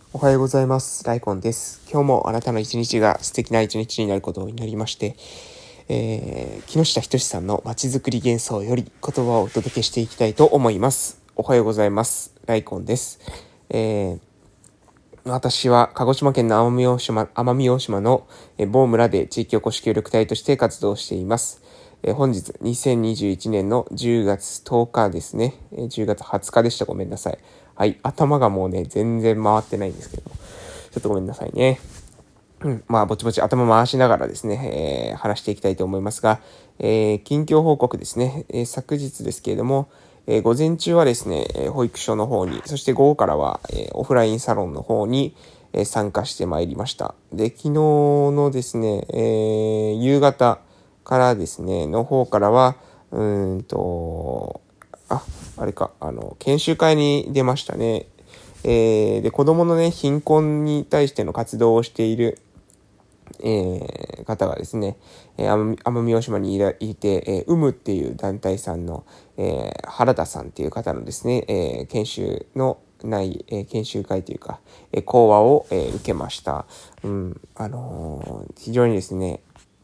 おはようございます。ライコンです。今日もあなたの一日が素敵な一日になることを祈りまして、木下仁さんのまちづくり幻想より言葉をお届けしていきたいと思います。おはようございます。ライコンです。私は鹿児島県の奄美大島の某村で地域おこし協力隊として活動しています。本日2021年の10月10日ですね。10月20日でした。ごめんなさい。はい。頭がもうね、全然回ってないんですけど、ちょっとごめんなさいね。ぼちぼち頭回しながらですね、話していきたいと思いますが、近況報告ですね。昨日ですけれども、午前中はですね、保育所の方に、そして午後からは、オフラインサロンの方に、参加してまいりました。で、昨日のですね、夕方からですね、の方からは、研修会に出ましたね。で、子供のね、貧困に対しての活動をしている、方がですね、奄美大島にいて、っていう団体さんの、原田さんっていう方のですね、研修の研修会というか、講話を、受けました。非常にですね、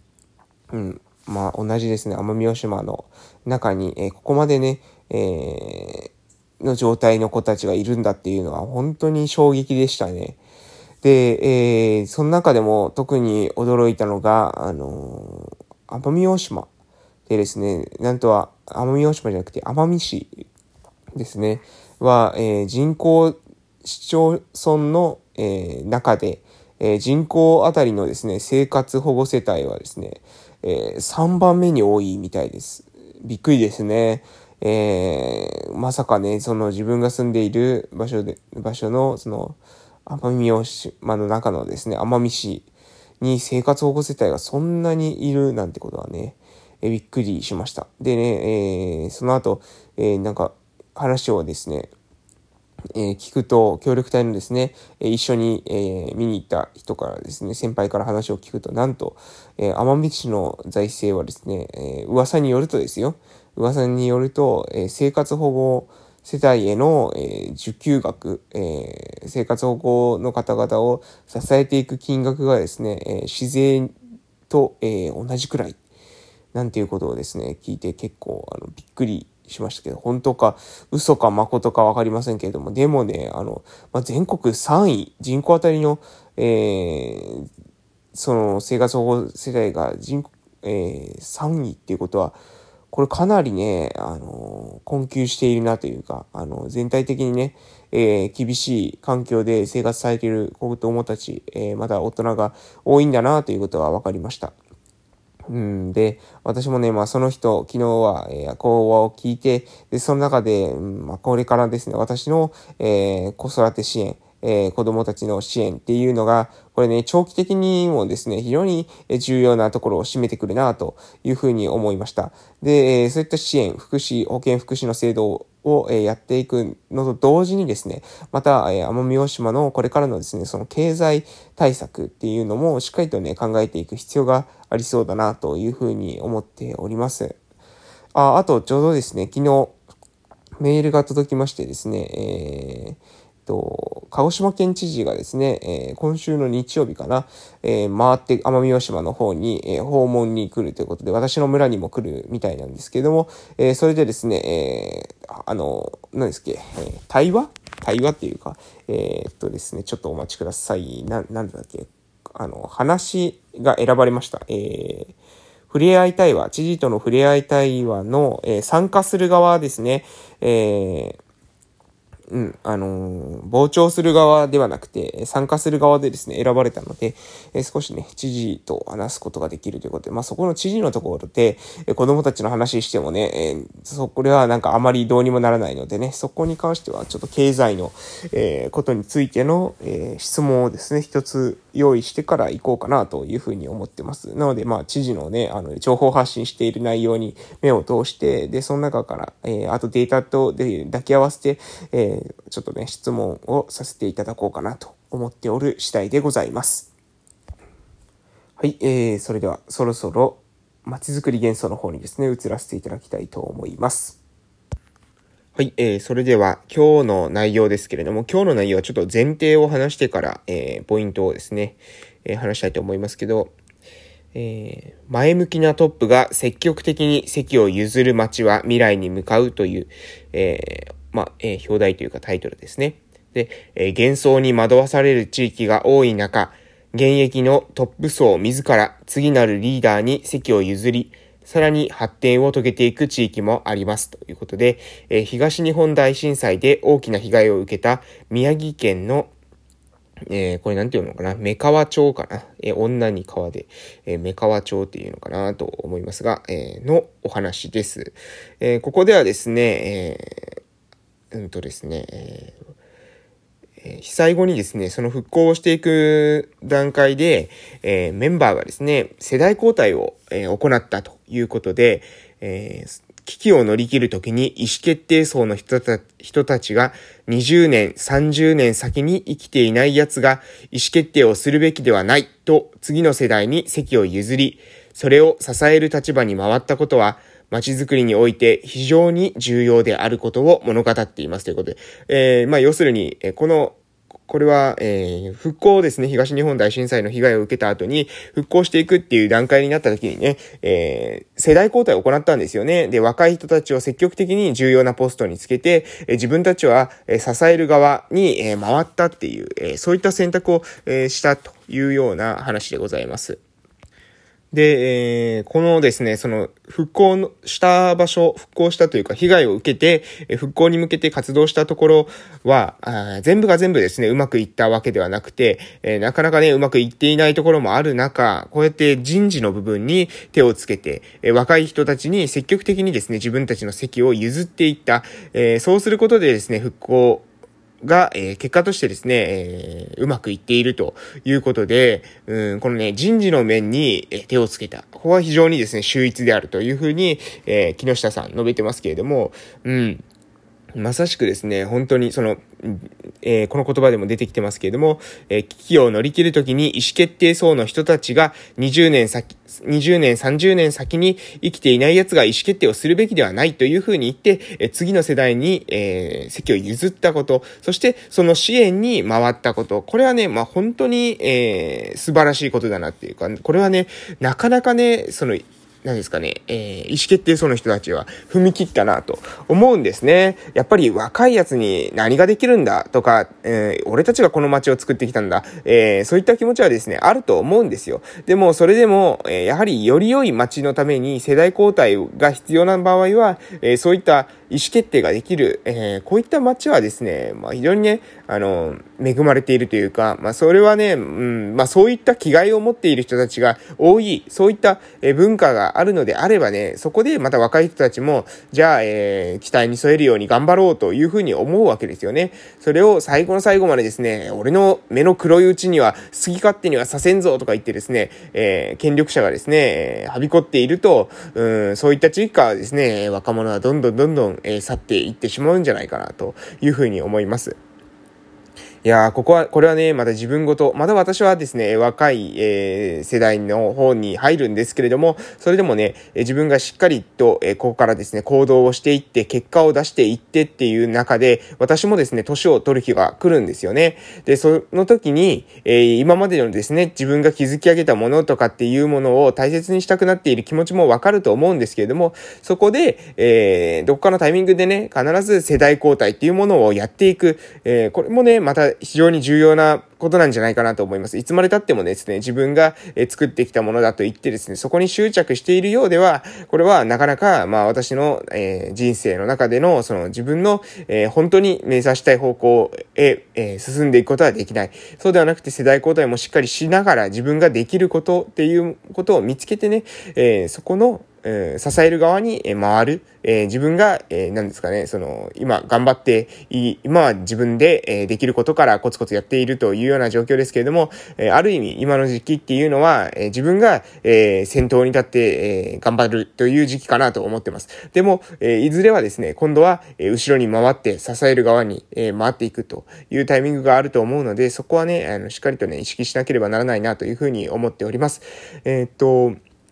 同じですね、奄美大島の中に、ここまでね、の状態の子たちがいるんだっていうのは本当に衝撃でしたね。で、その中でも特に驚いたのが、奄美大島でですね、なんとは奄美大島じゃなくて奄美市ですね、は、人口市町村の、中で、人口あたりのですね、生活保護世帯はですね、3番目に多いみたいです。びっくりですね。まさかね、その自分が住んでいる場所の、その、奄美大島の中のですね、奄美市に生活保護世帯がそんなにいるなんてことはね、びっくりしました。でね、その後、話をですね、聞くと、協力隊のですね、一緒に、見に行った人からですね、先輩から話を聞くと、なんと、奄美市の財政はですね、噂によると、生活保護世帯への、受給額、生活保護の方々を支えていく金額がですね、市税と、同じくらい、なんていうことをですね、聞いて結構びっくりしましたけど、本当か嘘か誠かわかりませんけれども、でもね、全国3位、人口あたりの、その生活保護世帯が3位っていうことは、これかなりね、困窮しているなというか、全体的にね、厳しい環境で生活されている子供たち、まだ大人が多いんだなということが分かりました。で、私もね、その人、昨日は、講話を聞いて、で、その中で、これからですね、私の、子育て支援、子供たちの支援っていうのが、これね、長期的にもですね、非常に重要なところを占めてくるな、というふうに思いました。で、そういった支援、保健福祉の制度をやっていくのと同時にですね、また、奄美大島のこれからのですね、その経済対策っていうのもしっかりとね、考えていく必要がありそうだなというふうに思っております。あと、ちょうどですね、昨日、メールが届きましてですね、鹿児島県知事がですね、今週の日曜日かな、回って奄美大島の方に、訪問に来るということで、私の村にも来るみたいなんですけれども、それでですね、何ですっけ、対話っていうか、ですね、ちょっとお待ちください。なんだっけ、話が選ばれました。触れ合い対話、知事との触れ合い対話の、参加する側ですね、傍聴する側ではなくて、参加する側でですね、選ばれたので、少しね、知事と話すことができるということで、そこの知事のところで、子供たちの話してもね、これはなんかあまりどうにもならないのでね、そこに関してはちょっと経済の、ことについての、質問をですね、一つ用意してから行こうかなというふうに思ってます。なので、知事のね、情報発信している内容に目を通して、で、その中から、あとデータとで抱き合わせて、ちょっとね、質問をさせていただこうかなと思っておる次第でございます。はい、それではそろそろまちづくり幻想の方にですね、移らせていただきたいと思います。 はい、それでは今日の内容ですけれども、今日の内容はちょっと前提を話してから、ポイントをですね、話したいと思いますけど、前向きなトップが積極的に席を譲る街は未来に向かうという、表題というかタイトルですね。で、幻想に惑わされる地域が多い中、現役のトップ層自ら次なるリーダーに席を譲り、さらに発展を遂げていく地域もありますということで、東日本大震災で大きな被害を受けた宮城県のこれなんていうのかな、目川町かな、女に川で、目川町っていうのかなと思いますが、のお話です。ここではですね、被災後にですね、その復興をしていく段階で、メンバーがですね、世代交代を、行ったということで、危機を乗り切るときに意思決定層の人たちが20年、30年先に生きていない奴が意思決定をするべきではないと次の世代に席を譲り、それを支える立場に回ったことは、街づくりにおいて非常に重要であることを物語っていますということで、要するに、これは、復興ですね、東日本大震災の被害を受けた後に復興していくっていう段階になった時にね、世代交代を行ったんですよね。で、若い人たちを積極的に重要なポストにつけて、自分たちは、支える側に、回ったっていう、そういった選択を、したというような話でございます。で、このですね、その復興したというか被害を受けて、復興に向けて活動したところは、全部が全部ですね、うまくいったわけではなくて、なかなかね、うまくいっていないところもある中、こうやって人事の部分に手をつけて、若い人たちに積極的にですね、自分たちの席を譲っていった。そうすることでですね、復興が、結果としてですね、うまくいっているということで、このね、人事の面に手をつけた。ここは非常にですね、秀逸であるというふうに、木下さん述べてますけれども、まさしくですね、本当にこの言葉でも出てきてますけれども、危機を乗り切るときに意思決定層の人たちが20年、30年先に生きていない奴が意思決定をするべきではないというふうに言って、次の世代に、席を譲ったこと、そしてその支援に回ったこと、これはね、本当に、素晴らしいことだなっていうか、これはね、なかなかね、何ですかね、意思決定層の人たちは踏み切ったなと思うんですね。やっぱり若いやつに何ができるんだとか、俺たちがこの街を作ってきたんだ、そういった気持ちはですね、あると思うんですよ。でも、それでも、やはりより良い街のために世代交代が必要な場合は、そういった意思決定ができる、こういった街はですね、非常にね、恵まれているというか、それはね、そういった気概を持っている人たちが多い、そういった文化があるのであればね、そこでまた若い人たちも、じゃあ、期待に添えるように頑張ろうというふうに思うわけですよね。それを最後の最後までですね、俺の目の黒いうちには好き勝手にはさせんぞとか言ってですね、権力者がですね、はびこっていると、そういった地域からですね、若者はどんどん、去っていってしまうんじゃないかなというふうに思います。いやー、これはね、まだ私はですね、若い、世代の方に入るんですけれども、それでもね、自分がしっかりと、ここからですね、行動をしていって、結果を出していってっていう中で、私もですね、年を取る日が来るんですよね。で、その時に、今までのですね、自分が築き上げたものとかっていうものを大切にしたくなっている気持ちもわかると思うんですけれども、そこで、どっかのタイミングでね、必ず世代交代っていうものをやっていく。これもね、また非常に重要なことなんじゃないかなと思います。いつまで経ってもですね、自分が作ってきたものだと言ってですね、そこに執着しているようでは、これはなかなか、私の、人生の中での、自分の、本当に目指したい方向へ、進んでいくことはできない。そうではなくて世代交代もしっかりしながら自分ができることっていうことを見つけてね、そこの、支える側に回る、自分が、何ですかね、今頑張って今は自分で、できることからコツコツやっているというような状況ですけれども、ある意味今の時期っていうのは、自分が、先頭に立って、頑張るという時期かなと思ってます。でも、いずれはですね、今度は、後ろに回って支える側に、回っていくというタイミングがあると思うので、そこはね、しっかりとね、意識しなければならないなというふうに思っております。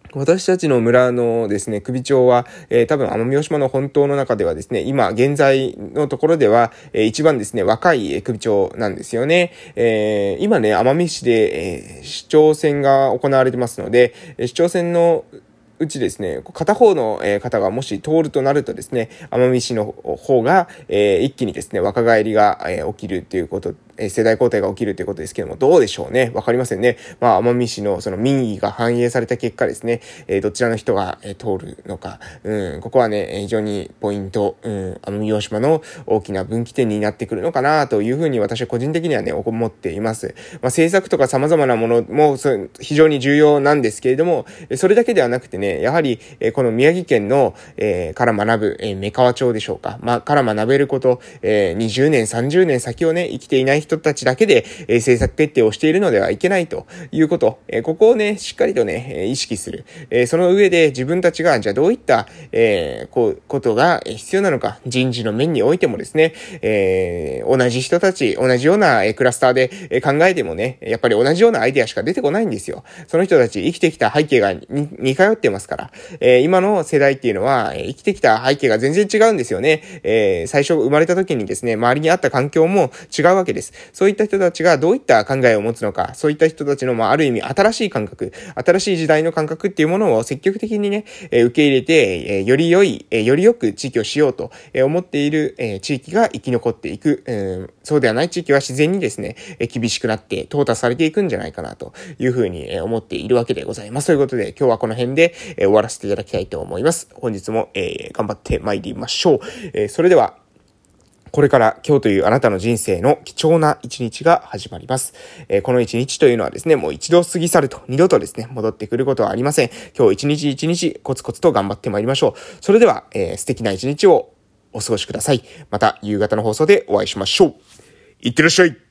私たちの村のですね、首長は、多分奄美大島の本島の中ではですね、今現在のところでは、一番ですね、若い首長なんですよね。今ね、奄美市で、市長選が行われてますので、市長選のうちですね、片方の方がもし通るとなるとですね、奄美市の方が、一気にですね、若返りが起きるということ、世代交代が起きるということですけども、どうでしょうね。わかりませんね。まあ、奄美市のその民意が反映された結果ですね、どちらの人が通るのか、ここはね、非常にポイント、奄美大島の大きな分岐点になってくるのかなというふうに私は個人的にはね、思っています。まあ、政策とか様々なものも非常に重要なんですけれども、それだけではなくてね、やはり、この宮城県の、から学ぶ、目川町でしょうか。から学べること、20年、30年先をね、生きていない人たちだけで、政策決定をしているのではいけないということ。ここをね、しっかりとね、意識する。その上で自分たちが、じゃあどういった、ことが必要なのか。人事の面においてもですね、同じ人たち、同じようなクラスターで考えてもね、やっぱり同じようなアイデアしか出てこないんですよ。その人たち生きてきた背景が似通ってますから。今の世代っていうのは、生きてきた背景が全然違うんですよね。最初生まれた時にですね、周りにあった環境も違うわけです。そういった人たちがどういった考えを持つのか、そういった人たちの、ある意味新しい感覚、新しい時代の感覚っていうものを積極的にね、受け入れて、よりよく地域をしようと思っている地域が生き残っていく。そうではない地域は自然にですね、厳しくなって淘汰されていくんじゃないかなというふうに思っているわけでございます。ということで、今日はこの辺で終わらせていただきたいと思います。本日も頑張って参りましょう。それでは、これから今日というあなたの人生の貴重な一日が始まります。この一日というのはですね、もう一度過ぎ去ると二度とですね、戻ってくることはありません。今日一日一日コツコツと頑張って参りましょう。それでは、素敵な一日をお過ごしください。また夕方の放送でお会いしましょう。いってらっしゃい。